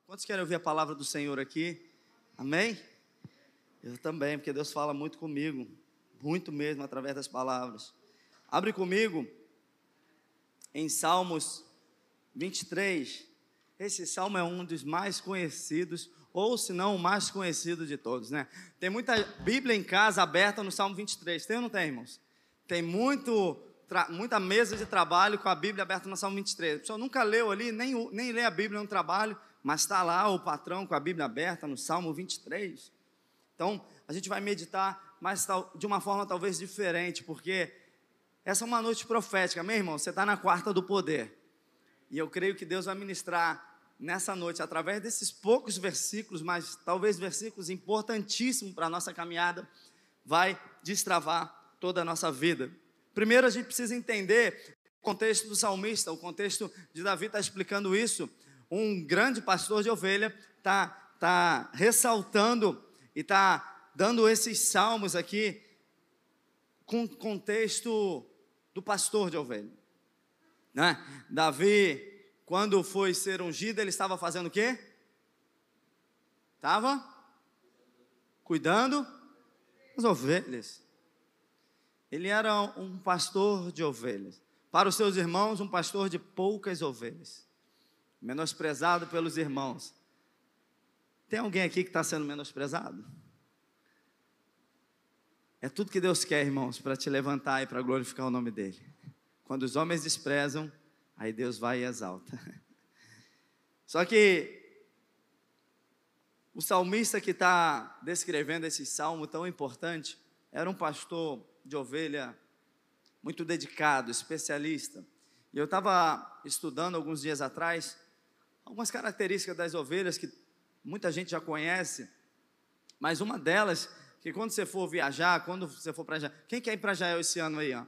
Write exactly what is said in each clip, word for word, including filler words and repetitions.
Quantos querem ouvir a palavra do Senhor aqui? Amém? Eu também, porque Deus fala muito comigo, muito mesmo, através das palavras. Abre comigo em Salmos vinte e três. Esse salmo é um dos mais conhecidos, ou se não o mais conhecido de todos, né? Tem muita Bíblia em casa aberta no Salmo vinte e três. Tem ou não tem, irmãos? Tem muito, tra, muita mesa de trabalho com a Bíblia aberta no Salmo vinte e três. O pessoal nunca leu ali, nem, nem lê a Bíblia no trabalho, mas está lá o patrão com a Bíblia aberta no Salmo vinte e três. Então, a gente vai meditar, mas de uma forma talvez diferente, porque essa é uma noite profética, meu irmão, você está na quarta do poder. E eu creio que Deus vai ministrar nessa noite, através desses poucos versículos, mas talvez versículos importantíssimos para a nossa caminhada, vai destravar toda a nossa vida. Primeiro a gente precisa entender o contexto do salmista, o contexto de Davi está explicando isso. Um grande pastor de ovelha está tá ressaltando e está dando esses salmos aqui com contexto do pastor de ovelha, né? Davi, quando foi ser ungido, ele estava fazendo o quê? Estava cuidando das ovelhas. Ele era um pastor de ovelhas. Para os seus irmãos, um pastor de poucas ovelhas, menosprezado pelos irmãos. Tem alguém aqui que está sendo menosprezado? É tudo que Deus quer, irmãos, para te levantar e para glorificar o nome dEle. Quando os homens desprezam, aí Deus vai e exalta. Só que o salmista que está descrevendo esse salmo tão importante, era um pastor de ovelha muito dedicado, especialista. E eu estava estudando alguns dias atrás algumas características das ovelhas que muita gente já conhece, mas uma delas, que quando você for viajar, quando você for para Israel, quem quer ir para Israel esse ano aí, ó?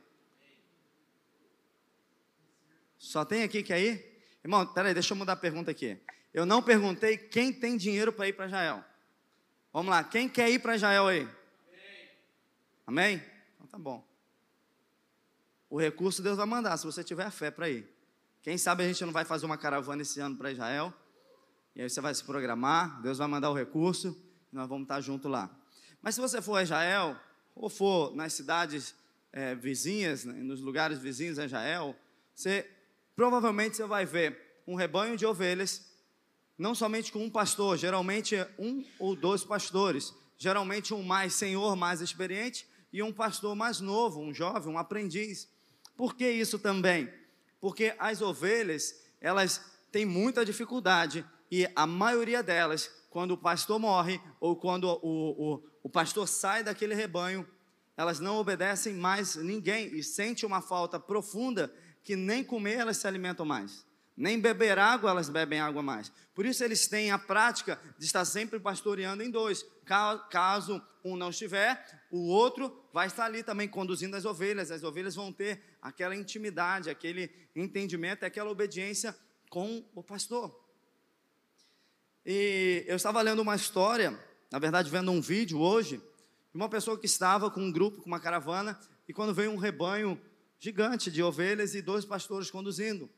Só tem aqui que ir? Irmão, peraí, deixa eu mudar a pergunta aqui. Eu não perguntei quem tem dinheiro para ir para Israel. Vamos lá, quem quer ir para Israel aí? Amém? Amém? Então tá bom. O recurso Deus vai mandar, se você tiver fé para ir. Quem sabe a gente não vai fazer uma caravana esse ano para Israel, e aí você vai se programar, Deus vai mandar o recurso, e nós vamos estar juntos lá. Mas se você for a Israel, ou for nas cidades é, vizinhas, né, nos lugares vizinhos a Israel, você, provavelmente você vai ver um rebanho de ovelhas, não somente com um pastor, geralmente um ou dois pastores, geralmente um mais senhor, mais experiente, e um pastor mais novo, um jovem, um aprendiz. Por que isso também? Porque as ovelhas, elas têm muita dificuldade, e a maioria delas, quando o pastor morre, ou quando o, o, o pastor sai daquele rebanho, elas não obedecem mais ninguém, e sentem uma falta profunda, que nem comer elas se alimentam mais, nem beber água elas bebem água mais. Por isso eles têm a prática de estar sempre pastoreando em dois. Caso um não estiver, o outro vai estar ali também conduzindo as ovelhas. As ovelhas vão ter aquela intimidade, aquele entendimento, aquela obediência com o pastor. E eu estava lendo uma história, na verdade vendo um vídeo hoje, de uma pessoa que estava com um grupo, com uma caravana, e quando veio um rebanho gigante de ovelhas e dois pastores conduzindo.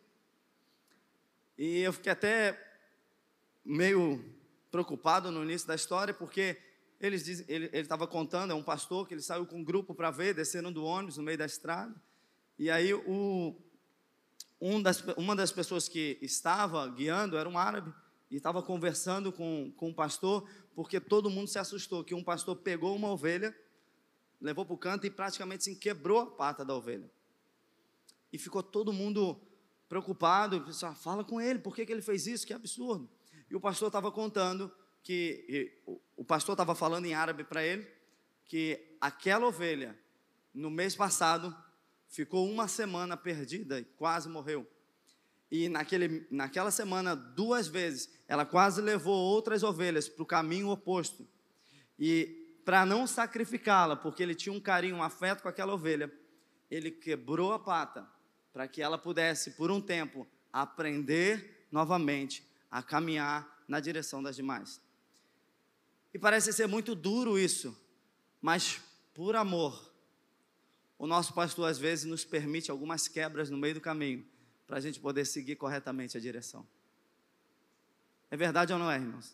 E eu fiquei até meio preocupado no início da história, porque eles diz, ele estava contando, é um pastor que ele saiu com um grupo para ver, descendo do ônibus no meio da estrada, e aí o, um das, uma das pessoas que estava guiando era um árabe, e estava conversando com, com o pastor, porque todo mundo se assustou, que um pastor pegou uma ovelha, levou para o canto e praticamente assim, quebrou a pata da ovelha. E ficou todo mundo preocupado, e pensou, ah, fala com ele, por que, que ele fez isso? Que absurdo. E o pastor estava contando, que e, o, o pastor estava falando em árabe para ele, que aquela ovelha, no mês passado, ficou uma semana perdida e quase morreu. E naquele, naquela semana, duas vezes, ela quase levou outras ovelhas para o caminho oposto. E para não sacrificá-la, porque ele tinha um carinho, um afeto com aquela ovelha, ele quebrou a pata, para que ela pudesse, por um tempo, aprender novamente a caminhar na direção das demais. E parece ser muito duro isso, mas por amor, o nosso pastor às vezes nos permite algumas quebras no meio do caminho, para a gente poder seguir corretamente a direção. É verdade ou não é, irmãos?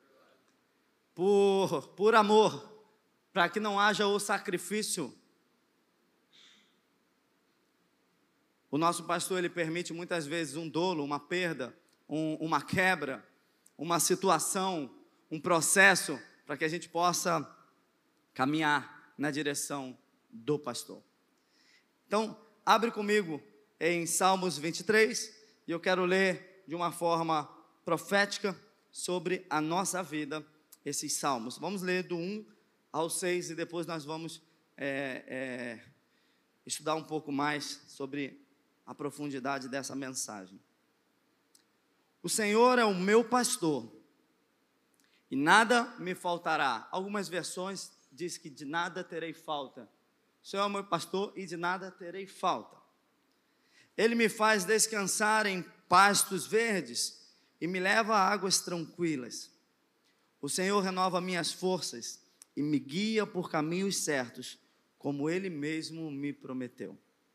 Por, por amor, para que não haja o sacrifício. O nosso pastor, ele permite muitas vezes um dolo, uma perda, um, uma quebra, uma situação, um processo, para que a gente possa caminhar na direção do pastor. Então, abre comigo em Salmos vinte e três, e eu quero ler de uma forma profética sobre a nossa vida, esses salmos. Vamos ler do um ao seis, e depois nós vamos é, é, estudar um pouco mais sobre a profundidade dessa mensagem. O Senhor é o meu pastor, e nada me faltará. Algumas versões diz que de nada terei falta. O Senhor é o meu pastor e de nada terei falta. Ele me faz descansar em pastos verdes e me leva a águas tranquilas. O Senhor renova minhas forças e me guia por caminhos certos, como Ele mesmo me prometeu.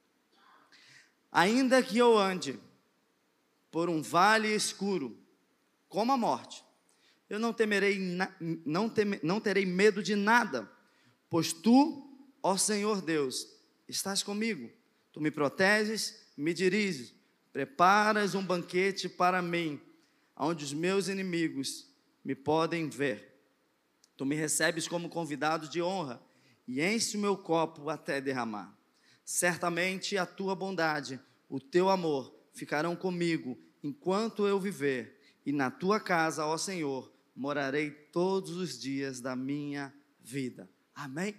Ainda que eu ande por um vale escuro, como a morte, eu não temerei, não, teme, não terei medo de nada, pois Tu, ó Senhor Deus, estás comigo. Tu me proteges, me diriges, preparas um banquete para mim, onde os meus inimigos me podem ver. Tu me recebes como convidado de honra e enche o meu copo até derramar. Certamente a tua bondade, o teu amor ficarão comigo enquanto eu viver, e na tua casa, ó Senhor, morarei todos os dias da minha vida. Amém?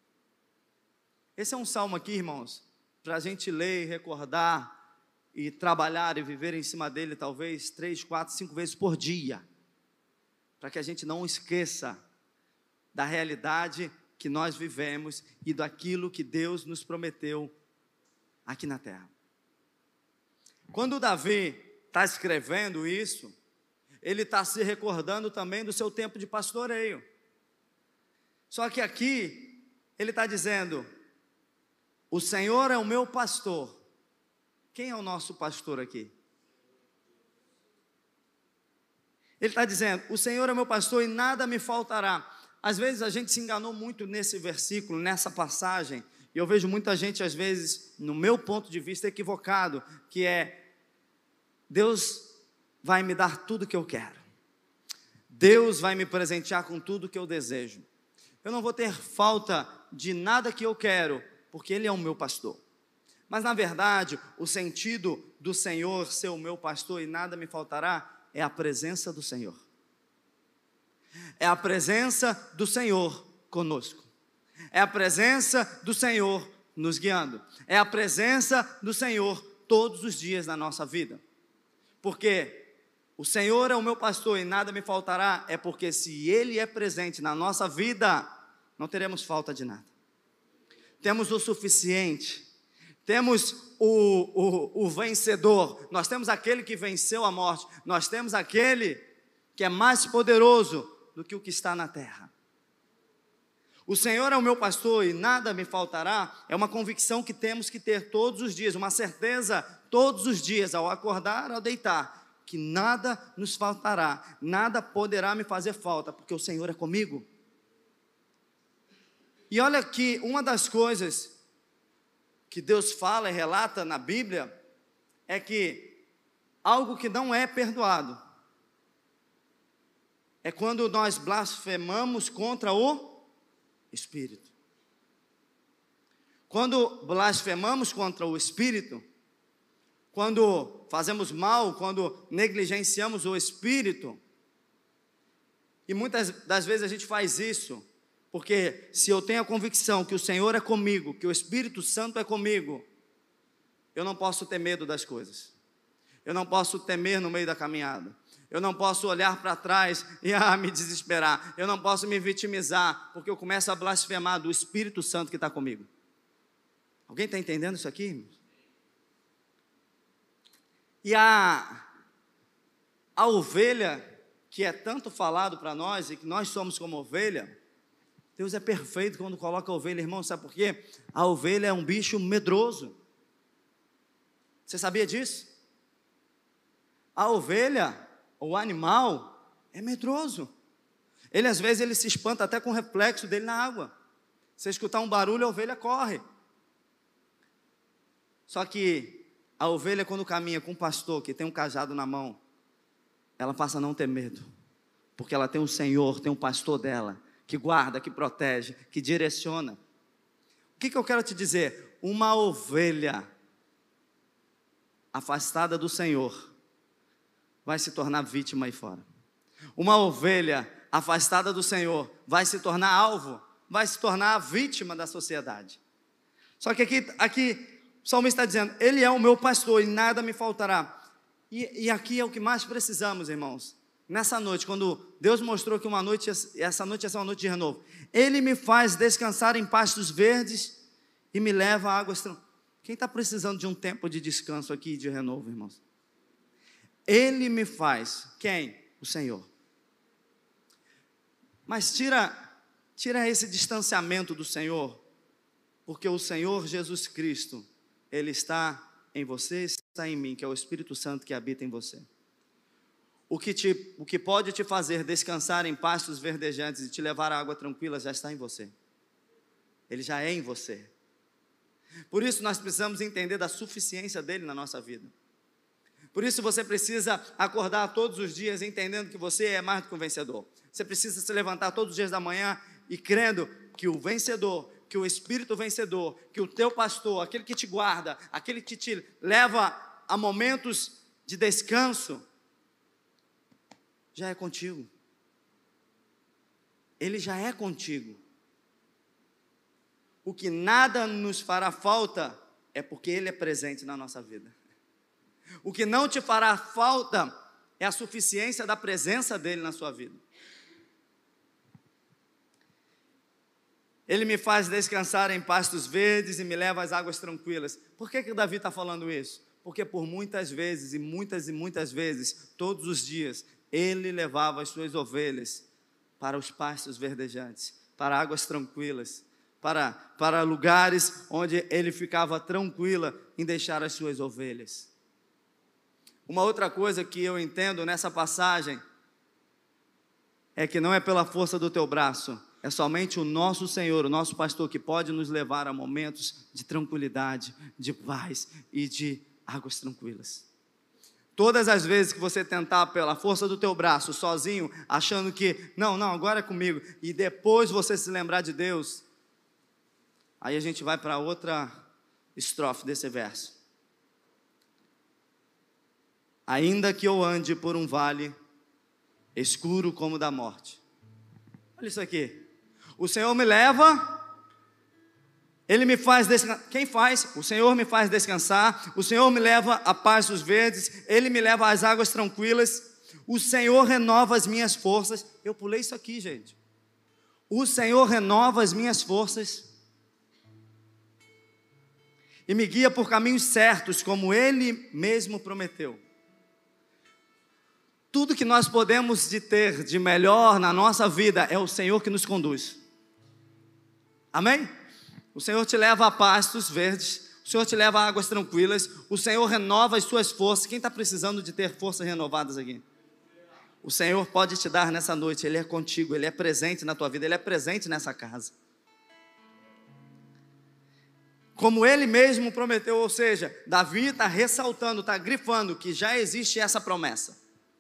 Esse é um salmo aqui, irmãos, para a gente ler e recordar e trabalhar e viver em cima dele talvez três, quatro, cinco vezes por dia, para que a gente não esqueça da realidade que nós vivemos e daquilo que Deus nos prometeu aqui na terra. Quando Davi está escrevendo isso, ele está se recordando também do seu tempo de pastoreio. Só que aqui, ele está dizendo, o Senhor é o meu pastor. Quem é o nosso pastor aqui? Ele está dizendo, o Senhor é o meu pastor e nada me faltará. Às vezes a gente se enganou muito nesse versículo, nessa passagem, e eu vejo muita gente, às vezes, no meu ponto de vista, equivocado, que é, Deus vai me dar tudo que eu quero. Deus vai me presentear com tudo que eu desejo. Eu não vou ter falta de nada que eu quero, porque Ele é o meu pastor. Mas, na verdade, o sentido do Senhor ser o meu pastor e nada me faltará, é a presença do Senhor. É a presença do Senhor conosco. É a presença do Senhor nos guiando. É a presença do Senhor todos os dias na nossa vida. Porque o Senhor é o meu pastor e nada me faltará, é porque se Ele é presente na nossa vida, não teremos falta de nada. Temos o suficiente. Temos o, o, o vencedor. Nós temos aquele que venceu a morte. Nós temos aquele que é mais poderoso do que o que está na terra. O Senhor é o meu pastor e nada me faltará, é uma convicção que temos que ter todos os dias, uma certeza todos os dias, ao acordar, ao deitar, que nada nos faltará, nada poderá me fazer falta, porque o Senhor é comigo. E olha que uma das coisas que Deus fala e relata na Bíblia, é que algo que não é perdoado, é quando nós blasfemamos contra o Espírito. Quando blasfemamos contra o Espírito, quando fazemos mal, quando negligenciamos o Espírito, e muitas das vezes a gente faz isso, porque se eu tenho a convicção que o Senhor é comigo, que o Espírito Santo é comigo, eu não posso ter medo das coisas, eu não posso temer no meio da caminhada, eu não posso olhar para trás e ah, me desesperar, eu não posso me vitimizar, porque eu começo a blasfemar do Espírito Santo que está comigo. Alguém está entendendo isso aqui, irmãos? E a, a ovelha, que é tanto falado para nós, e que nós somos como ovelha, Deus é perfeito quando coloca a ovelha, irmão, sabe por quê? A ovelha é um bicho medroso. Você sabia disso? A ovelha, O animal é medroso. Ele, às vezes, ele se espanta até com o reflexo dele na água. Se escutar um barulho, a ovelha corre. Só que a ovelha, quando caminha com um pastor que tem um cajado na mão, ela passa a não ter medo, porque ela tem um Senhor, tem um pastor dela, que guarda, que protege, que direciona. O que, que eu quero te dizer? Uma ovelha afastada do Senhor vai se tornar vítima aí fora. Uma ovelha afastada do Senhor vai se tornar alvo, vai se tornar a vítima da sociedade. Só que aqui, aqui o salmista está dizendo, Ele é o meu pastor e nada me faltará. E, e aqui é o que mais precisamos, irmãos. Nessa noite, quando Deus mostrou que uma noite, essa noite ia ser uma noite de renovo, Ele me faz descansar em pastos verdes e me leva a águas tranquilas. Quem está precisando de um tempo de descanso aqui, de renovo, irmãos? Ele me faz, quem? O Senhor. Mas tira, tira esse distanciamento do Senhor, porque o Senhor Jesus Cristo, Ele está em você, está em mim, que é o Espírito Santo que habita em você. O que, te, o que pode te fazer descansar em pastos verdejantes e te levar a água tranquila já está em você. Ele já é em você. Por isso nós precisamos entender da suficiência dele na nossa vida. Por isso você precisa acordar todos os dias entendendo que você é mais do que um vencedor. Você precisa se levantar todos os dias da manhã e crendo que o vencedor, que o Espírito vencedor, que o teu pastor, aquele que te guarda, aquele que te leva a momentos de descanso, já é contigo. Ele já é contigo. O que nada nos fará falta é porque Ele é presente na nossa vida. O que não te fará falta é a suficiência da presença dEle na sua vida. Ele me faz descansar em pastos verdes e me leva às águas tranquilas. Por que que Davi está falando isso? Porque por muitas vezes, e muitas e muitas vezes, todos os dias, ele levava as suas ovelhas para os pastos verdejantes, para águas tranquilas, para, para lugares onde ele ficava tranquila em deixar as suas ovelhas. Uma outra coisa que eu entendo nessa passagem é que não é pela força do teu braço, é somente o nosso Senhor, o nosso pastor, que pode nos levar a momentos de tranquilidade, de paz e de águas tranquilas. Todas as vezes que você tentar pela força do teu braço, sozinho, achando que, não, não, agora é comigo, e depois você se lembrar de Deus, aí a gente vai para outra estrofe desse verso. Ainda que eu ande por um vale escuro como da morte. Olha isso aqui. O Senhor me leva, Ele me faz descansar. Quem faz? O Senhor me faz descansar. O Senhor me leva a pastos verdes. Ele me leva às águas tranquilas. O Senhor renova as minhas forças. Eu pulei isso aqui, gente. O Senhor renova as minhas forças e me guia por caminhos certos, como Ele mesmo prometeu. Tudo que nós podemos de ter de melhor na nossa vida é o Senhor que nos conduz. Amém? O Senhor te leva a pastos verdes, o Senhor te leva a águas tranquilas, o Senhor renova as suas forças. Quem está precisando de ter forças renovadas aqui? O Senhor pode te dar nessa noite, Ele é contigo, Ele é presente na tua vida, Ele é presente nessa casa. Como Ele mesmo prometeu, ou seja, Davi está ressaltando, está grifando que já existe essa promessa.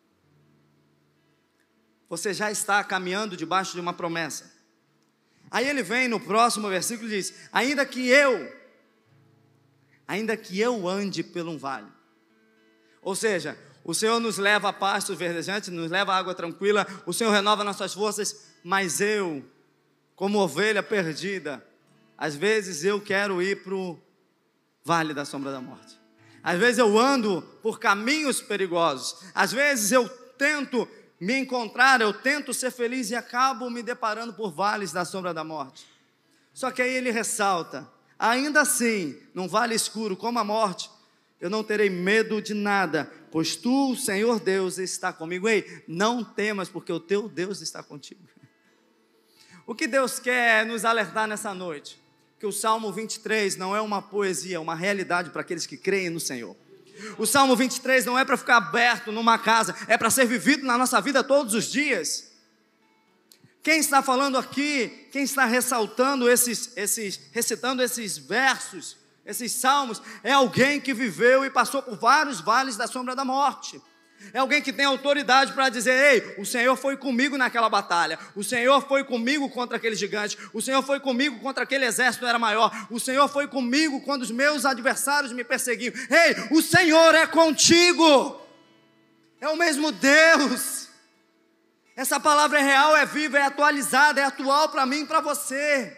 Você já está caminhando debaixo de uma promessa. Aí ele vem no próximo versículo e diz, ainda que eu, ainda que eu ande por um vale. Ou seja, o Senhor nos leva a pastos verdejantes, nos leva a água tranquila, o Senhor renova nossas forças, mas eu, como ovelha perdida, às vezes eu quero ir para o vale da sombra da morte. Às vezes eu ando por caminhos perigosos, às vezes eu tento me encontrar, eu tento ser feliz e acabo me deparando por vales da sombra da morte. Só que aí ele ressalta, ainda assim, num vale escuro como a morte, eu não terei medo de nada, pois tu, Senhor Deus, está comigo. Ei, não temas, porque o teu Deus está contigo. O que Deus quer nos alertar nessa noite? Que o Salmo vinte e três não é uma poesia, é uma realidade para aqueles que creem no Senhor. O Salmo vinte e três não é para ficar aberto numa casa, é para ser vivido na nossa vida todos os dias. Quem está falando aqui, quem está ressaltando esses, esses, recitando esses versos, esses salmos, é alguém que viveu e passou por vários vales da sombra da morte. É alguém que tem autoridade para dizer: ei, o Senhor foi comigo naquela batalha, o Senhor foi comigo contra aquele gigante, o Senhor foi comigo contra aquele exército era maior, o Senhor foi comigo quando os meus adversários me perseguiam. Ei, o Senhor é contigo, é o mesmo Deus. Essa palavra é real, é viva, é atualizada, é atual para mim e para você.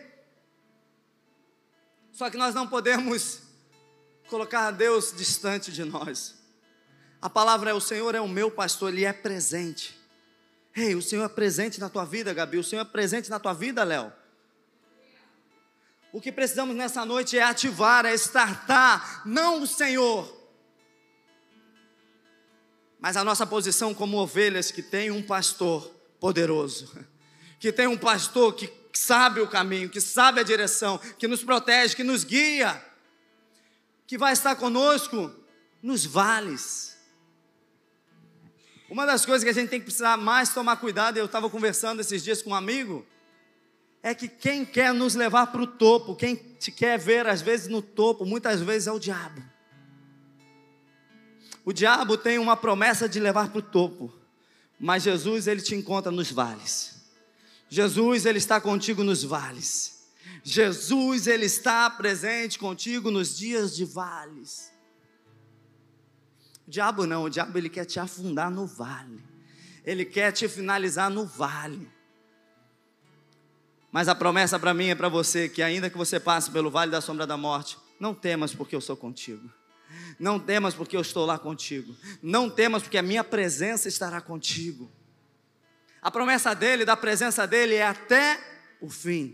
Só que nós não podemos colocar Deus distante de nós. A palavra é: o Senhor é o meu pastor, Ele é presente. Ei, o Senhor é presente na tua vida, Gabi, o Senhor é presente na tua vida, Léo. O que precisamos nessa noite é ativar, é startar, não o Senhor, mas a nossa posição como ovelhas que tem um pastor poderoso, que tem um pastor que sabe o caminho, que sabe a direção, que nos protege, que nos guia, que vai estar conosco nos vales. Uma das coisas que a gente tem que precisar mais tomar cuidado, eu estava conversando esses dias com um amigo, é que quem quer nos levar para o topo, quem te quer ver às vezes no topo, muitas vezes é o diabo. O diabo tem uma promessa de levar para o topo, mas Jesus, ele te encontra nos vales. Jesus, ele está contigo nos vales. Jesus, ele está presente contigo nos dias de vales. O diabo não, o diabo ele quer te afundar no vale, ele quer te finalizar no vale. Mas a promessa para mim é para você, que ainda que você passe pelo vale da sombra da morte, não temas porque eu sou contigo, não temas porque eu estou lá contigo, não temas porque a minha presença estará contigo. A promessa dele, da presença dele, é até o fim.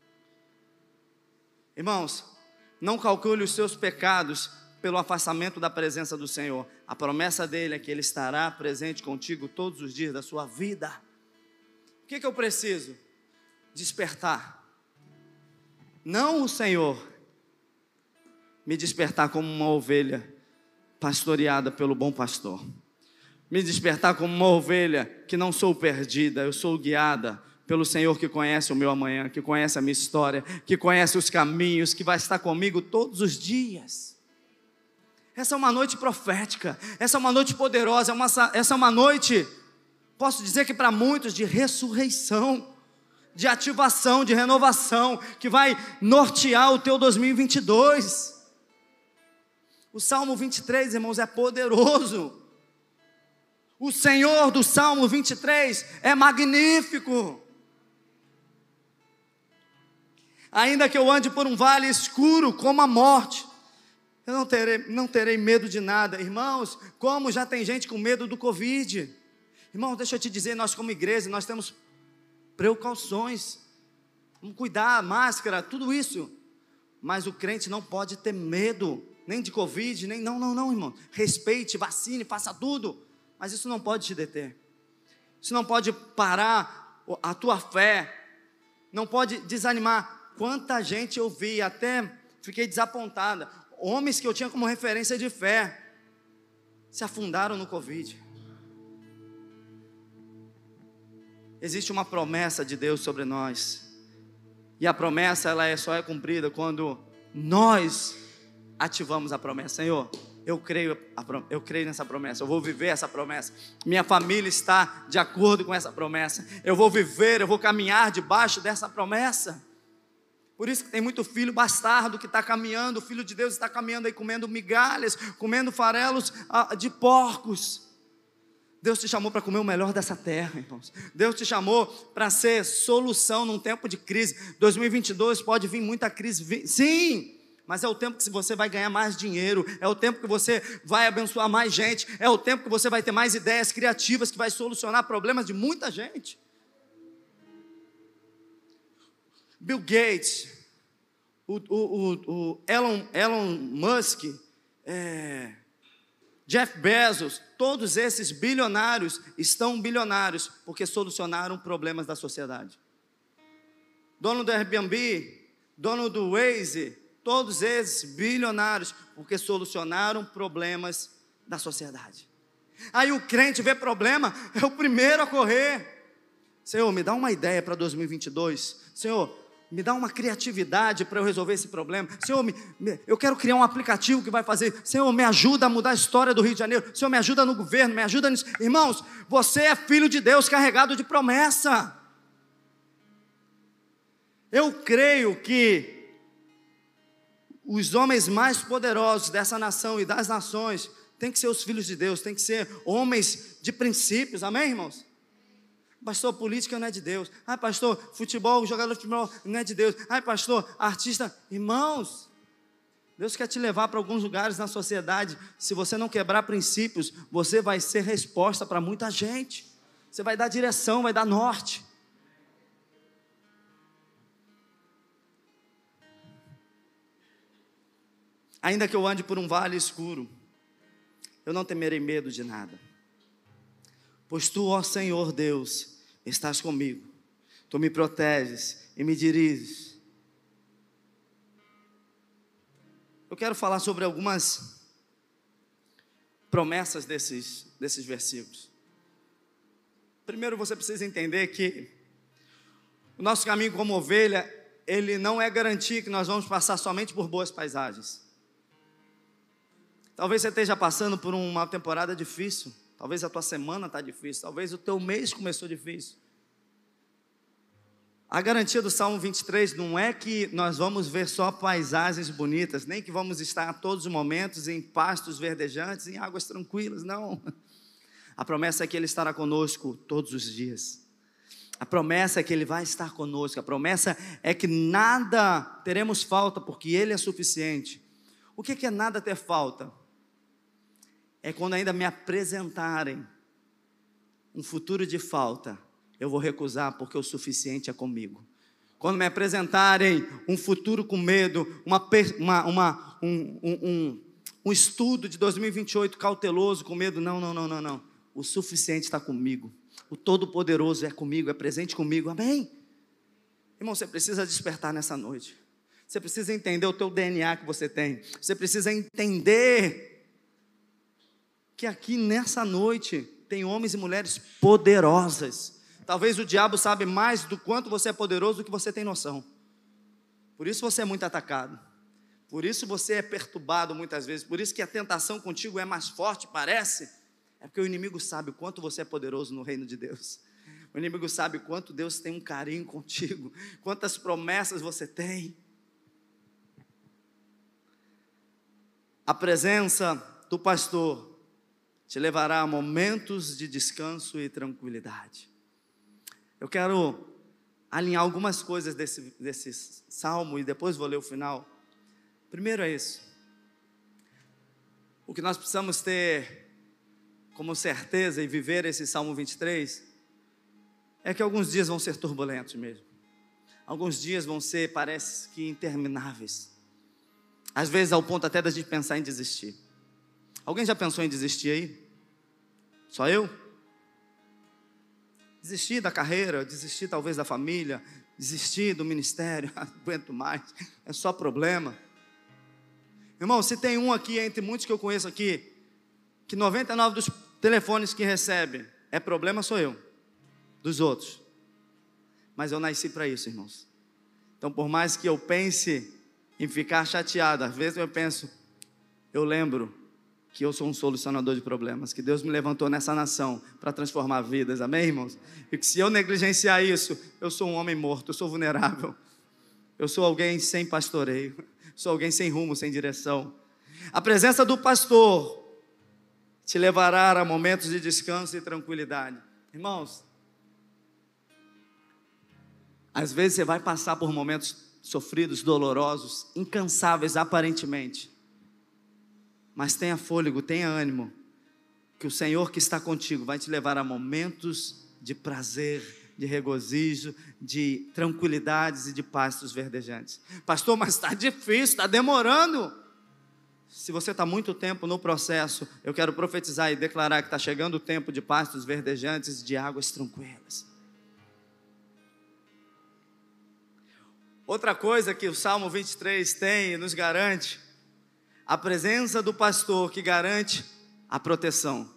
Irmãos, não calcule os seus pecados pelo afastamento da presença do Senhor. A promessa dele é que Ele estará presente contigo todos os dias da sua vida. O que que eu preciso? Despertar. Não o Senhor me despertar como uma ovelha pastoreada pelo bom pastor. Me despertar como uma ovelha que não sou perdida, eu sou guiada pelo Senhor que conhece o meu amanhã, que conhece a minha história, que conhece os caminhos, que vai estar comigo todos os dias. Essa é uma noite profética, essa é uma noite poderosa, é uma, essa é uma noite, posso dizer que para muitos, de ressurreição, de ativação, de renovação, que vai nortear o teu dois mil e vinte e dois. O Salmo vinte e três, irmãos, é poderoso. O Senhor do Salmo vinte e três é magnífico. Ainda que eu ande por um vale escuro como a morte, eu não terei, não terei medo de nada. Irmãos, como já tem gente com medo do Covid. Irmãos, deixa eu te dizer, nós como igreja, nós temos precauções. Vamos cuidar, máscara, tudo isso. Mas o crente não pode ter medo, nem de Covid, nem, não, não, não, irmão. Respeite, vacine, faça tudo. Mas isso não pode te deter. Isso não pode parar a tua fé. Não pode desanimar. Quanta gente eu vi, até fiquei desapontada. Homens que eu tinha como referência de fé se afundaram no Covid. Existe uma promessa de Deus sobre nós, e a promessa ela é, só é cumprida quando nós ativamos a promessa. Senhor, eu creio, eu creio nessa promessa, eu vou viver essa promessa, minha família está de acordo com essa promessa, eu vou viver, eu vou caminhar debaixo dessa promessa. Por isso que tem muito filho bastardo que está caminhando, o filho de Deus está caminhando aí comendo migalhas, comendo farelos de porcos. Deus te chamou para comer o melhor dessa terra, irmãos. Deus te chamou para ser solução num tempo de crise. dois mil e vinte e dois pode vir muita crise, sim, mas é o tempo que você vai ganhar mais dinheiro, é o tempo que você vai abençoar mais gente, é o tempo que você vai ter mais ideias criativas que vai solucionar problemas de muita gente. Bill Gates, o, o, o, o Elon, Elon Musk, é, Jeff Bezos, todos esses bilionários estão bilionários porque solucionaram problemas da sociedade. Dono do Airbnb, dono do Waze, todos esses bilionários porque solucionaram problemas da sociedade. Aí o crente vê problema, é o primeiro a correr. Senhor, me dá uma ideia para dois mil e vinte e dois. Senhor, me dá uma criatividade para eu resolver esse problema. Senhor, me, me, eu quero criar um aplicativo que vai fazer. Senhor, me ajuda a mudar a história do Rio de Janeiro. Senhor, me ajuda no governo, me ajuda nisso. Irmãos, você é filho de Deus, carregado de promessa. Eu creio que os homens mais poderosos dessa nação e das nações tem que ser os filhos de Deus, tem que ser homens de princípios, amém, irmãos? Pastor, política não é de Deus. Ai, pastor, futebol, jogador de futebol não é de Deus. Ai, pastor, artista. Irmãos, Deus quer te levar para alguns lugares na sociedade. Se você não quebrar princípios, você vai ser resposta para muita gente. Você vai dar direção, vai dar norte. Ainda que eu ande por um vale escuro, eu não temerei medo de nada. Pois tu, ó Senhor Deus, estás comigo. Tu me proteges e me diriges. Eu quero falar sobre algumas promessas desses, desses versículos. Primeiro, você precisa entender que o nosso caminho como ovelha, ele não é garantir que nós vamos passar somente por boas paisagens. Talvez você esteja passando por uma temporada difícil. Talvez a tua semana está difícil. Talvez o teu mês começou difícil. A garantia do Salmo vinte e três não é que nós vamos ver só paisagens bonitas, nem que vamos estar a todos os momentos em pastos verdejantes, em águas tranquilas, não. A promessa é que Ele estará conosco todos os dias. A promessa é que Ele vai estar conosco. A promessa é que nada teremos falta, porque Ele é suficiente. O que é nada ter falta? É quando ainda me apresentarem um futuro de falta, eu vou recusar porque o suficiente é comigo. Quando me apresentarem um futuro com medo, uma, uma, uma, um, um, um, um estudo de dois mil e vinte e oito cauteloso com medo, não, não, não, não, não. O suficiente está comigo. O Todo-Poderoso é comigo, é presente comigo, amém? Irmão, você precisa despertar nessa noite. Você precisa entender o teu D N A que você tem. Você precisa entender que aqui nessa noite tem homens e mulheres poderosas. Talvez o diabo sabe mais do quanto você é poderoso do que você tem noção. Por isso você é muito atacado. Por isso você é perturbado muitas vezes. Por isso que a tentação contigo é mais forte, parece. É porque o inimigo sabe o quanto você é poderoso no reino de Deus. O inimigo sabe o quanto Deus tem um carinho contigo. Quantas promessas você tem. A presença do pastor te levará a momentos de descanso e tranquilidade. Eu quero alinhar algumas coisas desse, desse salmo e depois vou ler o final. Primeiro é isso. O que nós precisamos ter como certeza e viver esse Salmo vinte e três é que alguns dias vão ser turbulentos mesmo. Alguns dias vão ser, parece que intermináveis. Às vezes ao ponto até da gente pensar em desistir. Alguém já pensou em desistir aí? Só eu? Desistir da carreira, desistir talvez da família, desistir do ministério, não aguento mais, é só problema. Irmão, se tem um aqui, entre muitos que eu conheço aqui, que noventa e nove dos telefones que recebe é problema, sou eu, dos outros. Mas eu nasci para isso, irmãos. Então por mais que eu pense em ficar chateado, às vezes eu penso, eu lembro que eu sou um solucionador de problemas, que Deus me levantou nessa nação para transformar vidas, amém, irmãos? E que se eu negligenciar isso, eu sou um homem morto, eu sou vulnerável, eu sou alguém sem pastoreio, sou alguém sem rumo, sem direção. A presença do pastor te levará a momentos de descanso e tranquilidade. Irmãos, às vezes você vai passar por momentos sofridos, dolorosos, incansáveis aparentemente, mas tenha fôlego, tenha ânimo, que o Senhor que está contigo vai te levar a momentos de prazer, de regozijo, de tranquilidades e de pastos verdejantes. Pastor, mas está difícil, está demorando. Se você está muito tempo no processo, eu quero profetizar e declarar que está chegando o tempo de pastos verdejantes e de águas tranquilas. Outra coisa que o Salmo vinte e três tem e nos garante, a presença do pastor que garante a proteção.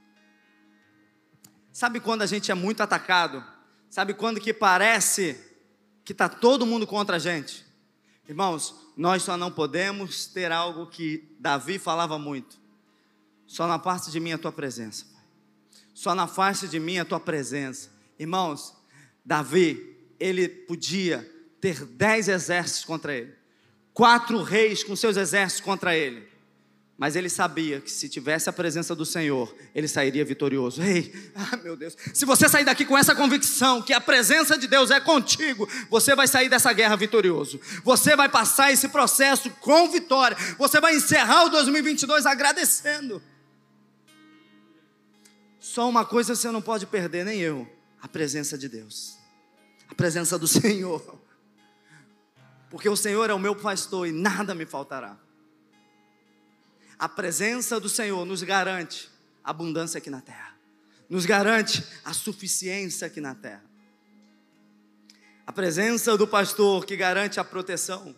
Sabe quando a gente é muito atacado? Sabe quando que parece que está todo mundo contra a gente? Irmãos, nós só não podemos ter algo que Davi falava muito. Só na parte de mim a tua presença, Pai. Só na face de mim a tua presença. Irmãos, Davi, ele podia ter dez exércitos contra ele, quatro reis com seus exércitos contra ele, mas ele sabia que se tivesse a presença do Senhor, ele sairia vitorioso. Ei, ah, meu Deus, se você sair daqui com essa convicção que a presença de Deus é contigo, você vai sair dessa guerra vitorioso, você vai passar esse processo com vitória, você vai encerrar o dois mil e vinte e dois agradecendo. Só uma coisa você não pode perder, nem eu: a presença de Deus, a presença do Senhor, porque o Senhor é o meu pastor e nada me faltará. A presença do Senhor nos garante abundância aqui na terra, nos garante a suficiência aqui na terra. A presença do pastor que garante a proteção.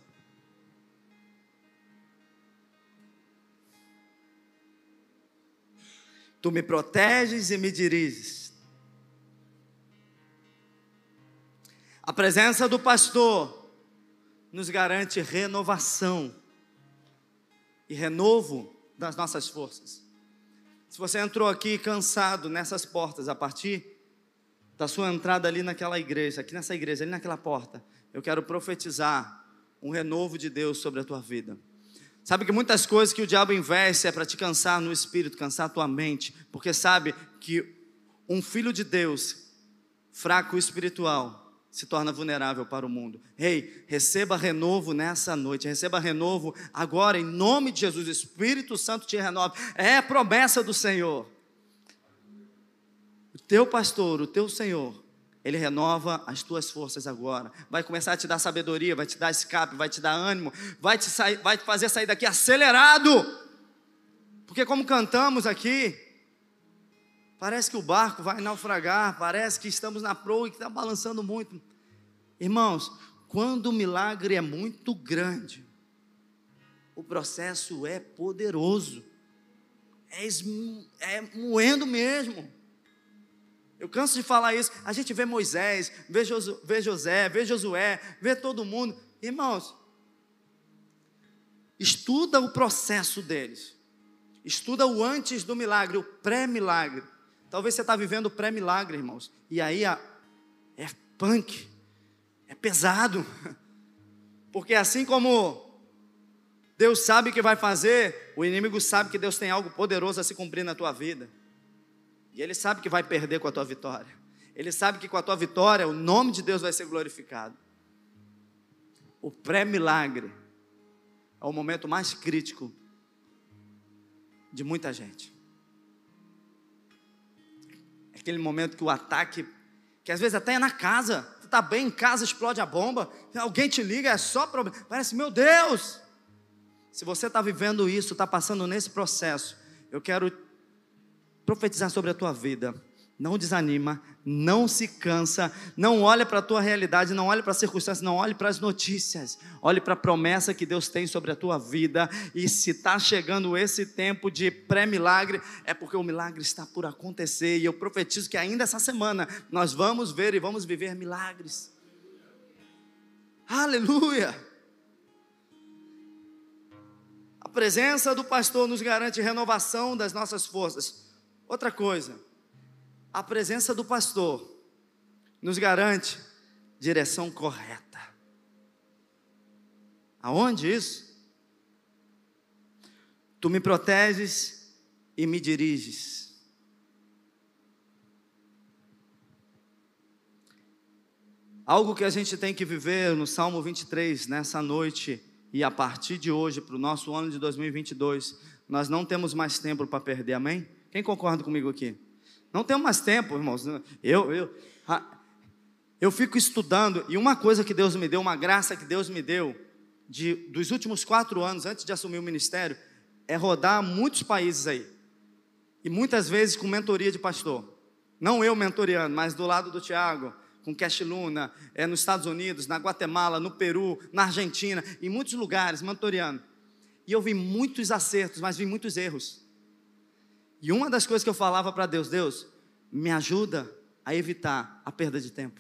Tu me proteges e me diriges. A presença do pastor nos garante renovação e renovo das nossas forças. Se você entrou aqui cansado nessas portas, a partir da sua entrada ali naquela igreja, aqui nessa igreja, ali naquela porta, eu quero profetizar um renovo de Deus sobre a tua vida. Sabe que muitas coisas que o diabo investe é para te cansar no espírito, cansar a tua mente, porque sabe que um filho de Deus, fraco espiritual, se torna vulnerável para o mundo. Ei, receba renovo nessa noite, receba renovo agora, em nome de Jesus. O Espírito Santo te renova, é a promessa do Senhor. O teu pastor, o teu Senhor, Ele renova as tuas forças agora, vai começar a te dar sabedoria, vai te dar escape, vai te dar ânimo, vai te, sair, vai te fazer sair daqui acelerado, porque como cantamos aqui, parece que o barco vai naufragar, parece que estamos na proa e que está balançando muito. Irmãos, quando o milagre é muito grande, o processo é poderoso, é, esmo, é moendo mesmo. Eu canso de falar isso. A gente vê Moisés, vê, Josu, vê José, vê Josué, vê todo mundo. Irmãos, estuda o processo deles, estuda o antes do milagre, o pré-milagre. Talvez você está vivendo o pré-milagre, irmãos, e aí é punk, é pesado, porque assim como Deus sabe o que vai fazer, o inimigo sabe que Deus tem algo poderoso a se cumprir na tua vida, e ele sabe que vai perder com a tua vitória, ele sabe que com a tua vitória o nome de Deus vai ser glorificado. O pré-milagre é o momento mais crítico de muita gente. Aquele momento que o ataque, que às vezes até é na casa, tu está bem em casa, explode a bomba, alguém te liga, é só problema, parece, meu Deus. Se você está vivendo isso, está passando nesse processo, eu quero profetizar sobre a tua vida. Não desanima, não se cansa, não olha para a tua realidade, não olhe para as circunstâncias, não olhe para as notícias, olhe para a promessa que Deus tem sobre a tua vida. E se está chegando esse tempo de pré-milagre, é porque o milagre está por acontecer, e eu profetizo que ainda essa semana nós vamos ver e vamos viver milagres. Aleluia! A presença do pastor nos garante renovação das nossas forças. Outra coisa, a presença do pastor nos garante direção correta. Aonde isso? Tu me proteges e me diriges. Algo que a gente tem que viver no Salmo vinte e três, nessa noite e a partir de hoje, para o nosso ano de dois mil e vinte e dois, nós não temos mais tempo para perder, amém? Quem concorda comigo aqui? Não temos mais tempo, irmãos. Eu, eu, eu fico estudando, e uma coisa que Deus me deu, uma graça que Deus me deu, de, dos últimos quatro anos, antes de assumir o ministério, é rodar muitos países aí. E muitas vezes com mentoria de pastor. Não eu mentoriando, mas do lado do Tiago, com Cash Luna, é, nos Estados Unidos, na Guatemala, no Peru, na Argentina, em muitos lugares, mentoriando. E eu vi muitos acertos, mas vi muitos erros. E uma das coisas que eu falava para Deus, Deus, me ajuda a evitar a perda de tempo.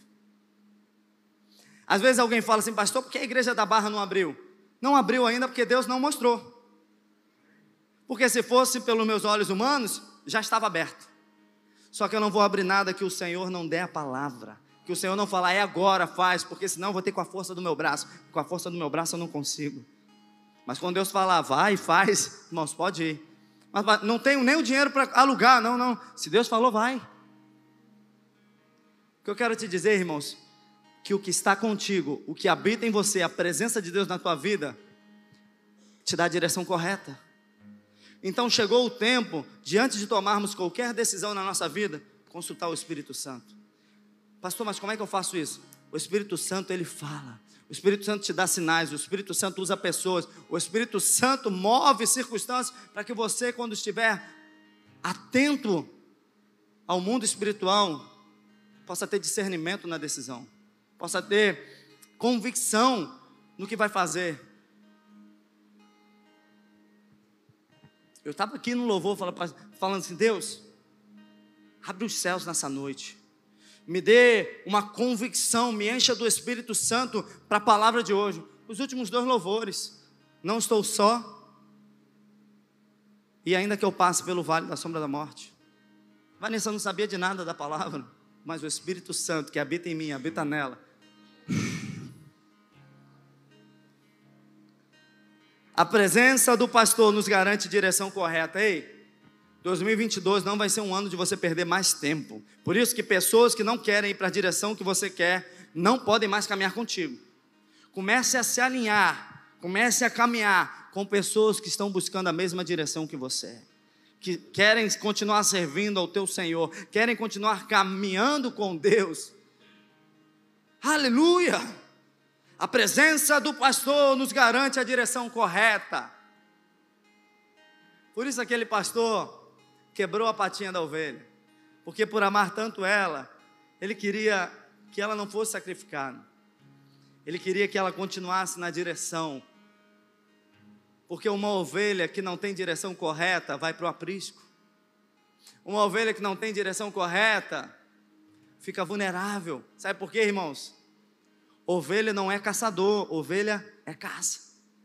Às vezes alguém fala assim, pastor, por que a igreja da Barra não abriu? Não abriu ainda porque Deus não mostrou. Porque se fosse pelos meus olhos humanos, já estava aberto. Só que eu não vou abrir nada que o Senhor não der a palavra. Que o Senhor não falar, é agora, faz, porque senão eu vou ter com a força do meu braço. Com a força do meu braço eu não consigo. Mas quando Deus falar, vai, faz, irmãos, pode ir. Mas não tenho nem o dinheiro para alugar, não, não. Se Deus falou, vai. O que eu quero te dizer, irmãos, que o que está contigo, o que habita em você, a presença de Deus na tua vida, te dá a direção correta. Então chegou o tempo, diante de tomarmos qualquer decisão na nossa vida, consultar o Espírito Santo. Pastor, mas como é que eu faço isso? O Espírito Santo, ele fala. O Espírito Santo te dá sinais, o Espírito Santo usa pessoas, o Espírito Santo move circunstâncias para que você, quando estiver atento ao mundo espiritual, possa ter discernimento na decisão, possa ter convicção no que vai fazer. Eu estava aqui no louvor falando assim, Deus, abre os céus nessa noite, me dê uma convicção, me encha do Espírito Santo para a palavra de hoje. Os últimos dois louvores, não estou só, e ainda que eu passe pelo vale da sombra da morte. Vanessa não sabia de nada da palavra, mas o Espírito Santo que habita em mim, habita nela. A presença do pastor nos garante direção correta. Ei, dois mil e vinte e dois não vai ser um ano de você perder mais tempo. Por isso que pessoas que não querem ir para a direção que você quer, não podem mais caminhar contigo. Comece a se alinhar, comece a caminhar com pessoas que estão buscando a mesma direção que você, que querem continuar servindo ao teu Senhor, querem continuar caminhando com Deus. Aleluia! A presença do pastor nos garante a direção correta. Por isso aquele pastor quebrou a patinha da ovelha, porque por amar tanto ela, ele queria que ela não fosse sacrificada, ele queria que ela continuasse na direção, porque uma ovelha que não tem direção correta vai para o aprisco, uma ovelha que não tem direção correta fica vulnerável. Sabe por quê, irmãos? Ovelha não é caçador, ovelha é caça.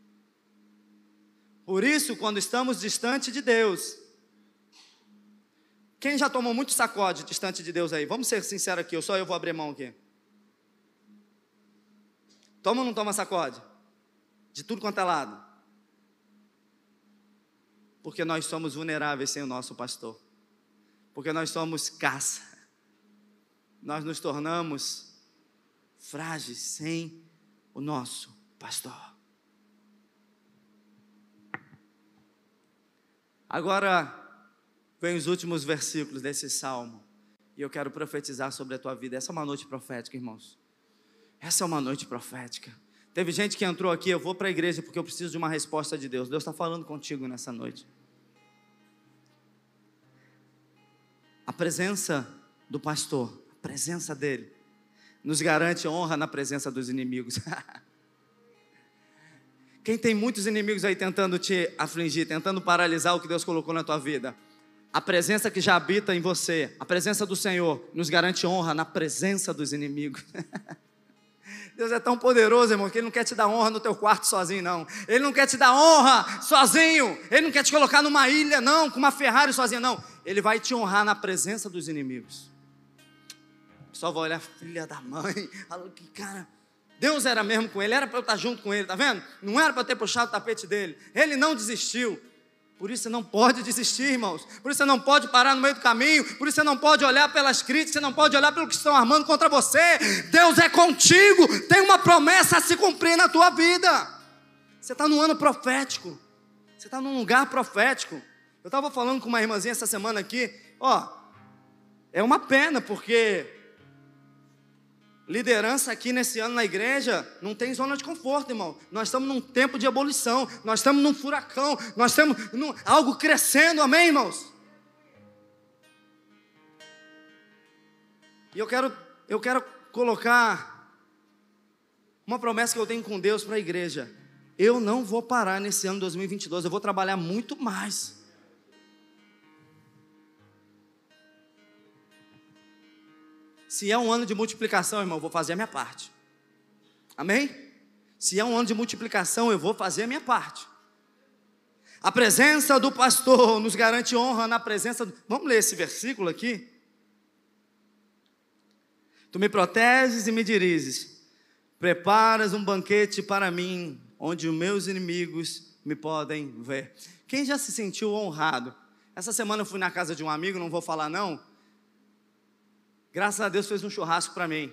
Por isso, quando estamos distante de Deus, quem já tomou muito sacode distante de Deus aí? Vamos ser sinceros aqui, eu só eu vou abrir mão aqui. Toma ou não toma sacode? De tudo quanto é lado. Porque nós somos vulneráveis sem o nosso pastor. Porque nós somos caça. Nós nos tornamos frágeis sem o nosso pastor. Agora vem os últimos versículos desse salmo, e eu quero profetizar sobre a tua vida. Essa é uma noite profética, irmãos. Essa é uma noite profética. Teve gente que entrou aqui, eu vou para a igreja porque eu preciso de uma resposta de Deus. Deus está falando contigo nessa noite. A presença do pastor, a presença dele, nos garante honra na presença dos inimigos. Quem tem muitos inimigos aí tentando te afligir, tentando paralisar o que Deus colocou na tua vida, a presença que já habita em você, a presença do Senhor, nos garante honra na presença dos inimigos. Deus é tão poderoso, irmão, que Ele não quer te dar honra no teu quarto sozinho, não. Ele não quer te dar honra sozinho. Ele não quer te colocar numa ilha, não, com uma Ferrari sozinho, não. Ele vai te honrar na presença dos inimigos. Só vai olhar, filha da mãe, que cara, Deus era mesmo com ele, era para eu estar junto com ele, tá vendo? Não era para eu ter puxado o tapete dele, ele não desistiu. Por isso você não pode desistir, irmãos, por isso você não pode parar no meio do caminho, por isso você não pode olhar pelas críticas, você não pode olhar pelo que estão armando contra você. Deus é contigo, tem uma promessa a se cumprir na tua vida. Você está num ano profético, você está num lugar profético. Eu estava falando com uma irmãzinha essa semana aqui, ó, é uma pena porque liderança aqui nesse ano na igreja não tem zona de conforto, irmão. Nós estamos num tempo de ebulição, nós estamos num furacão, nós estamos num algo crescendo, amém, irmãos? E eu quero, eu quero colocar uma promessa que eu tenho com Deus para a igreja. Eu não vou parar nesse ano dois mil e vinte e dois, eu vou trabalhar muito mais. Se é um ano de multiplicação, irmão, eu vou fazer a minha parte. Amém? Se é um ano de multiplicação, eu vou fazer a minha parte. A presença do pastor nos garante honra na presença do... Vamos ler esse versículo aqui? Tu me proteges e me diriges. Preparas um banquete para mim, onde os meus inimigos me podem ver. Quem já se sentiu honrado? Essa semana eu fui na casa de um amigo, não vou falar não. Graças a Deus fez um churrasco para mim.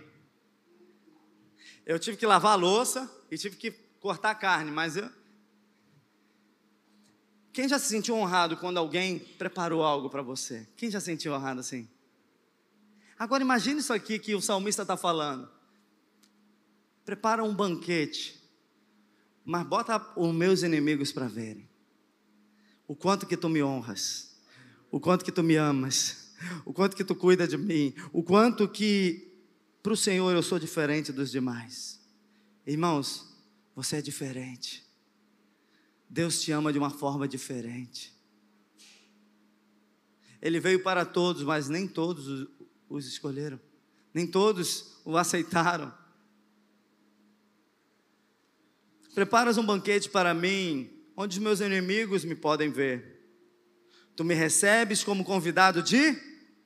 Eu tive que lavar a louça e tive que cortar a carne, mas eu... Quem já se sentiu honrado quando alguém preparou algo para você? Quem já se sentiu honrado assim? Agora imagine isso aqui que o salmista está falando. Prepara um banquete, mas bota os meus inimigos para verem. O quanto que tu me honras, o quanto que tu me amas, o quanto que tu cuida de mim, o quanto que para o Senhor eu sou diferente dos demais. Irmãos, você é diferente. Deus te ama de uma forma diferente. Ele veio para todos, mas nem todos os escolheram. Nem todos o aceitaram. Preparas um banquete para mim, onde os meus inimigos me podem ver. Tu me recebes como convidado de...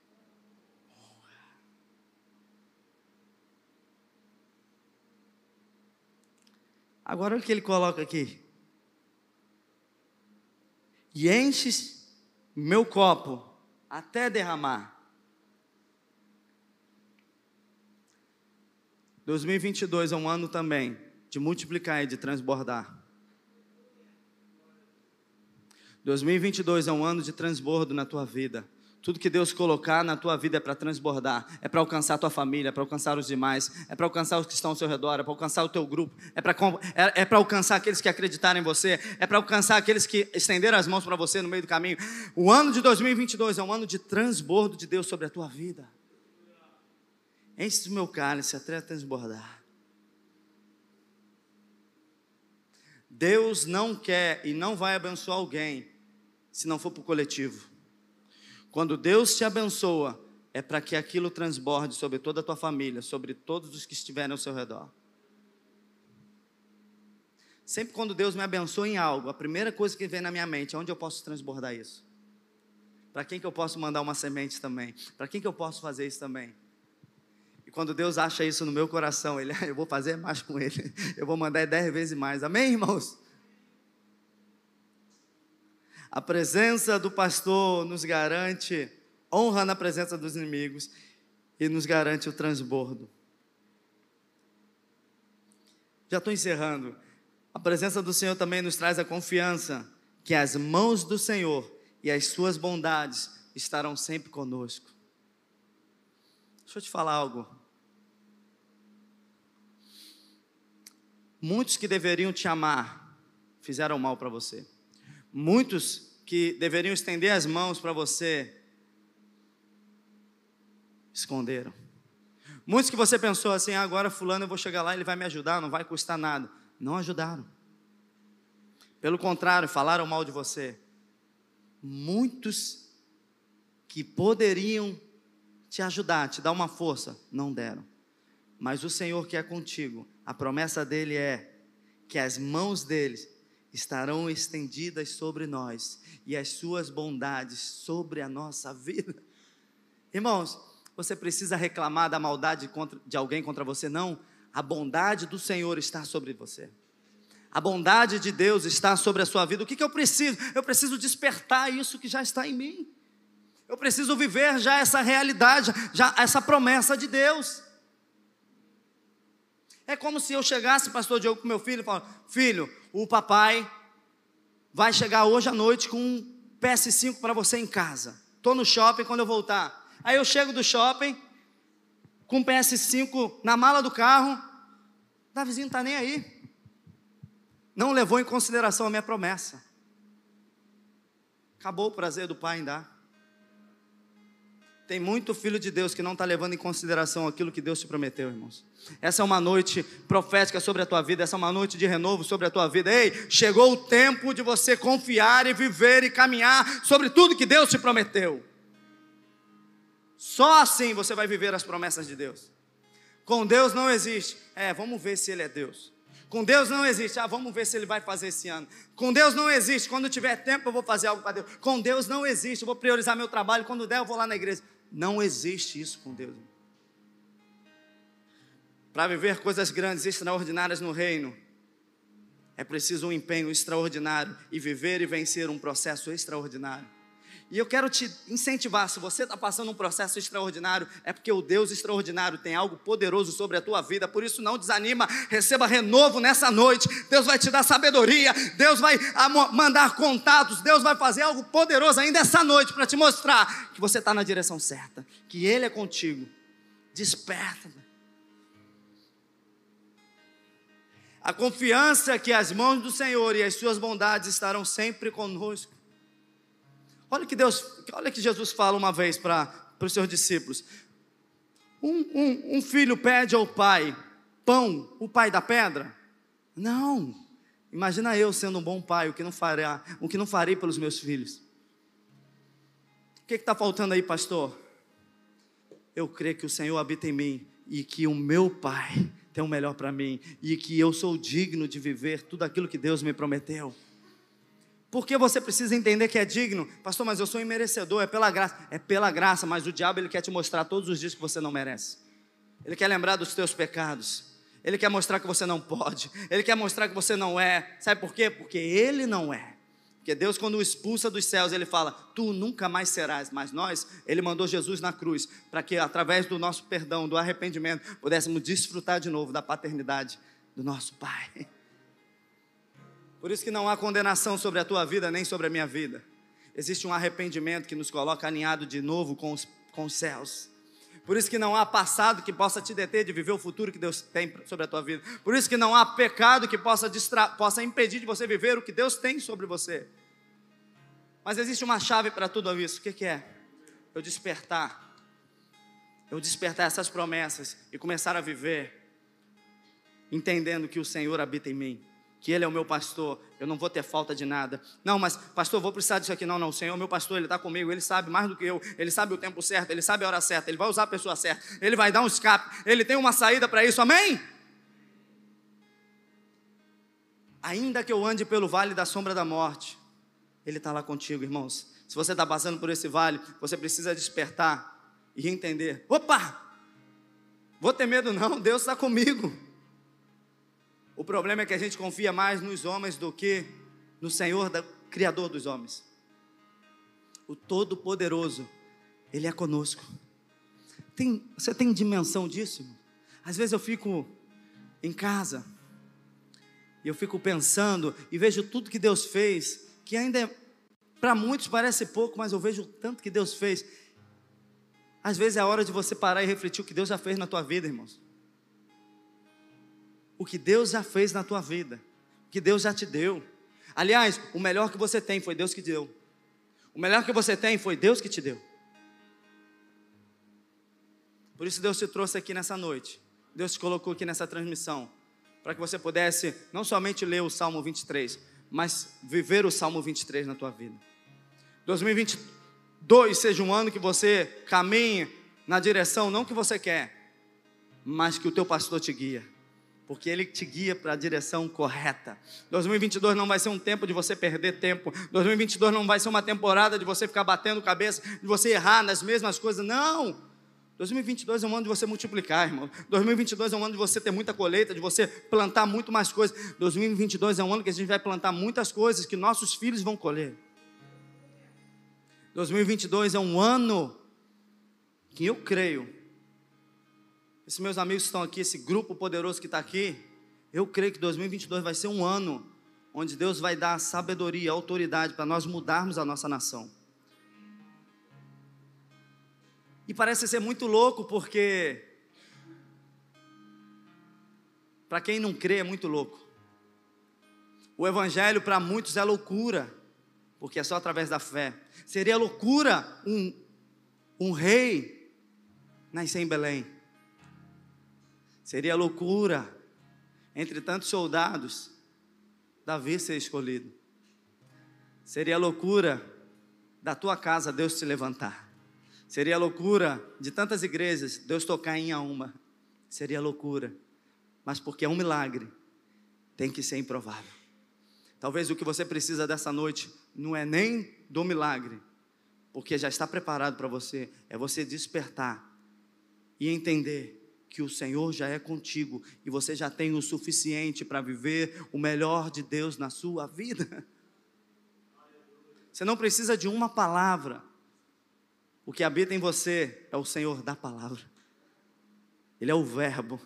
Agora o que ele coloca aqui. E enches meu copo até derramar. dois mil e vinte e dois é um ano também de multiplicar e de transbordar. dois mil e vinte e dois é um ano de transbordo na tua vida. Tudo que Deus colocar na tua vida é para transbordar, é para alcançar a tua família, é para alcançar os demais, é para alcançar os que estão ao seu redor, é para alcançar o teu grupo, é para é, é para alcançar aqueles que acreditaram em você, é para alcançar aqueles que estenderam as mãos para você no meio do caminho. O ano de dois mil e vinte e dois é um ano de transbordo de Deus sobre a tua vida. Enche o meu cálice até transbordar. Deus não quer e não vai abençoar alguém se não for para o coletivo. Quando Deus te abençoa, é para que aquilo transborde sobre toda a tua família, sobre todos os que estiverem ao seu redor. Sempre quando Deus me abençoa em algo, a primeira coisa que vem na minha mente é onde eu posso transbordar isso. Para quem que eu posso mandar uma semente também? Para quem que eu posso fazer isso também? E quando Deus acha isso no meu coração, ele, eu vou fazer mais com ele, eu vou mandar dez vezes mais. Amém, irmãos? A presença do pastor nos garante honra na presença dos inimigos e nos garante o transbordo. Já estou encerrando. A presença do Senhor também nos traz a confiança que as mãos do Senhor e as suas bondades estarão sempre conosco. Deixa eu te falar algo. Muitos que deveriam te amar fizeram mal para você. Muitos que deveriam estender as mãos para você, esconderam. Muitos que você pensou assim, ah, agora fulano eu vou chegar lá, ele vai me ajudar, não vai custar nada. Não ajudaram. Pelo contrário, falaram mal de você. Muitos que poderiam te ajudar, te dar uma força, não deram. Mas o Senhor que é contigo, a promessa dele é que as mãos deles estarão estendidas sobre nós e as suas bondades sobre a nossa vida. Irmãos, você precisa reclamar da maldade de alguém contra você? Não, a bondade do Senhor está sobre você. A bondade de Deus está sobre a sua vida. O que que eu preciso? Eu preciso despertar isso que já está em mim. Eu preciso viver já essa realidade, já essa promessa de Deus. É como se eu chegasse, pastor Diogo, com meu filho e falasse, filho, o papai vai chegar hoje à noite com um P S cinco para você em casa. Estou no shopping quando eu voltar. Aí eu chego do shopping, com um P S cinco na mala do carro, o Davizinho não está nem aí. Não levou em consideração a minha promessa. Acabou o prazer do pai em dar. Tem muito filho de Deus que não está levando em consideração aquilo que Deus te prometeu, irmãos. Essa é uma noite profética sobre a tua vida, essa é uma noite de renovo sobre a tua vida. Ei, chegou o tempo de você confiar e viver e caminhar sobre tudo que Deus te prometeu. Só assim você vai viver as promessas de Deus. Com Deus não existe, é, vamos ver se Ele é Deus. Com Deus não existe, ah, vamos ver se Ele vai fazer esse ano. Com Deus não existe, quando tiver tempo eu vou fazer algo para Deus. Com Deus não existe, eu vou priorizar meu trabalho, quando der eu vou lá na igreja. Não existe isso com Deus. Para viver coisas grandes e extraordinárias no reino, é preciso um empenho extraordinário e viver e vencer um processo extraordinário. E eu quero te incentivar, se você está passando um processo extraordinário, é porque o Deus extraordinário tem algo poderoso sobre a tua vida, por isso não desanima, receba renovo nessa noite, Deus vai te dar sabedoria, Deus vai mandar contatos, Deus vai fazer algo poderoso ainda essa noite, para te mostrar que você está na direção certa, que Ele é contigo. Desperta. A confiança que as mãos do Senhor e as suas bondades estarão sempre conosco. Olha que Deus, olha que Jesus fala uma vez para, para os seus discípulos. Um, um, um filho pede ao pai pão, o pai dá pedra? Não. Imagina eu sendo um bom pai, o que não farei, o que não farei pelos meus filhos. O que está faltando aí, pastor? Eu creio que o Senhor habita em mim e que o meu pai tem o melhor para mim e que eu sou digno de viver tudo aquilo que Deus me prometeu. Porque você precisa entender que é digno. Pastor, mas eu sou imerecedor, é pela graça. É pela graça, mas o diabo ele quer te mostrar todos os dias que você não merece. Ele quer lembrar dos teus pecados. Ele quer mostrar que você não pode. Ele quer mostrar que você não é. Sabe por quê? Porque ele não é. Porque Deus, quando o expulsa dos céus, Ele fala, tu nunca mais serás. Mas nós, Ele mandou Jesus na cruz, para que através do nosso perdão, do arrependimento, pudéssemos desfrutar de novo da paternidade do nosso Pai. Por isso que não há condenação sobre a tua vida, nem sobre a minha vida. Existe um arrependimento que nos coloca alinhado de novo com os, com os céus. Por isso que não há passado que possa te deter de viver o futuro que Deus tem sobre a tua vida. Por isso que não há pecado que possa, distra... possa impedir de você viver o que Deus tem sobre você. Mas existe uma chave para tudo isso. O que, que é? Eu despertar. Eu despertar essas promessas e começar a viver entendendo que o Senhor habita em mim, que Ele é o meu pastor, eu não vou ter falta de nada. Não, mas pastor, eu vou precisar disso aqui. Não, não, o Senhor é meu pastor, Ele está comigo, Ele sabe mais do que eu, Ele sabe o tempo certo, Ele sabe a hora certa, Ele vai usar a pessoa certa, Ele vai dar um escape, Ele tem uma saída para isso, amém? Ainda que eu ande pelo vale da sombra da morte, Ele está lá contigo, irmãos. Se você está passando por esse vale, você precisa despertar e entender, opa, vou ter medo não, Deus está comigo. O problema é que a gente confia mais nos homens do que no Senhor, da, Criador dos homens. O Todo-Poderoso, Ele é conosco. Tem, você tem dimensão disso? Às vezes eu fico em casa, e eu fico pensando, e vejo tudo que Deus fez, que ainda é, para muitos parece pouco, mas eu vejo tanto que Deus fez. Às vezes é a hora de você parar e refletir o que Deus já fez na tua vida, irmãos. O que Deus já fez na tua vida, o que Deus já te deu. Aliás, o melhor que você tem foi Deus que te deu. O melhor que você tem foi Deus que te deu. Por isso Deus te trouxe aqui nessa noite. Deus te colocou aqui nessa transmissão, para que você pudesse não somente ler o Salmo vinte e três, mas viver o Salmo vinte e três na tua vida. dois mil e vinte e dois seja um ano que você caminhe na direção, não que você quer, mas que o teu pastor te guia. Porque Ele te guia para a direção correta. dois mil e vinte e dois não vai ser um tempo de você perder tempo. dois mil e vinte e dois não vai ser uma temporada de você ficar batendo cabeça, de você errar nas mesmas coisas. Não! dois mil e vinte e dois é um ano de você multiplicar, irmão. dois mil e vinte e dois é um ano de você ter muita colheita, de você plantar muito mais coisas. dois mil e vinte e dois é um ano que a gente vai plantar muitas coisas que nossos filhos vão colher. dois mil e vinte e dois é um ano que eu creio, esses meus amigos que estão aqui, esse grupo poderoso que está aqui, eu creio que dois mil e vinte e dois vai ser um ano onde Deus vai dar sabedoria, autoridade para nós mudarmos a nossa nação. E parece ser muito louco porque, para quem não crê, é muito louco. O evangelho para muitos é loucura, porque é só através da fé. Seria loucura um, um rei nascer em Belém. Seria loucura, entre tantos soldados, Davi ser escolhido. Seria loucura da tua casa Deus te levantar. Seria loucura de tantas igrejas Deus tocar em uma. Seria loucura. Mas porque é um milagre, tem que ser improvável. Talvez o que você precisa dessa noite não é nem do milagre, porque já está preparado para você. É você despertar e entender que o Senhor já é contigo e você já tem o suficiente para viver o melhor de Deus na sua vida. Você não precisa de uma palavra. O que habita em você é o Senhor da palavra. Ele é o verbo.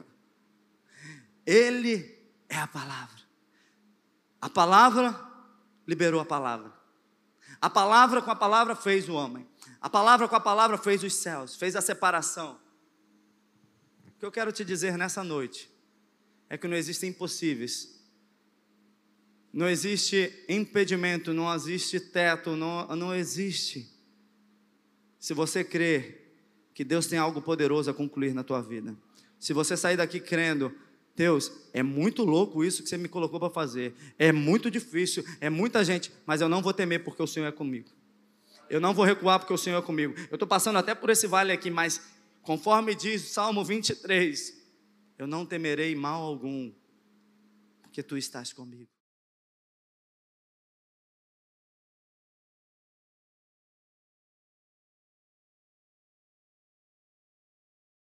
Ele é a palavra. A palavra liberou a palavra. A palavra com a palavra fez o homem. A palavra com a palavra fez os céus, fez a separação. O que eu quero te dizer nessa noite é que não existem impossíveis. Não existe impedimento, não existe teto, não, não existe. Se você crer que Deus tem algo poderoso a concluir na tua vida. Se você sair daqui crendo, Deus, é muito louco isso que você me colocou para fazer. É muito difícil, é muita gente, mas eu não vou temer porque o Senhor é comigo. Eu não vou recuar porque o Senhor é comigo. Eu estou passando até por esse vale aqui, mas conforme diz o Salmo vinte e três, eu não temerei mal algum, porque Tu estás comigo.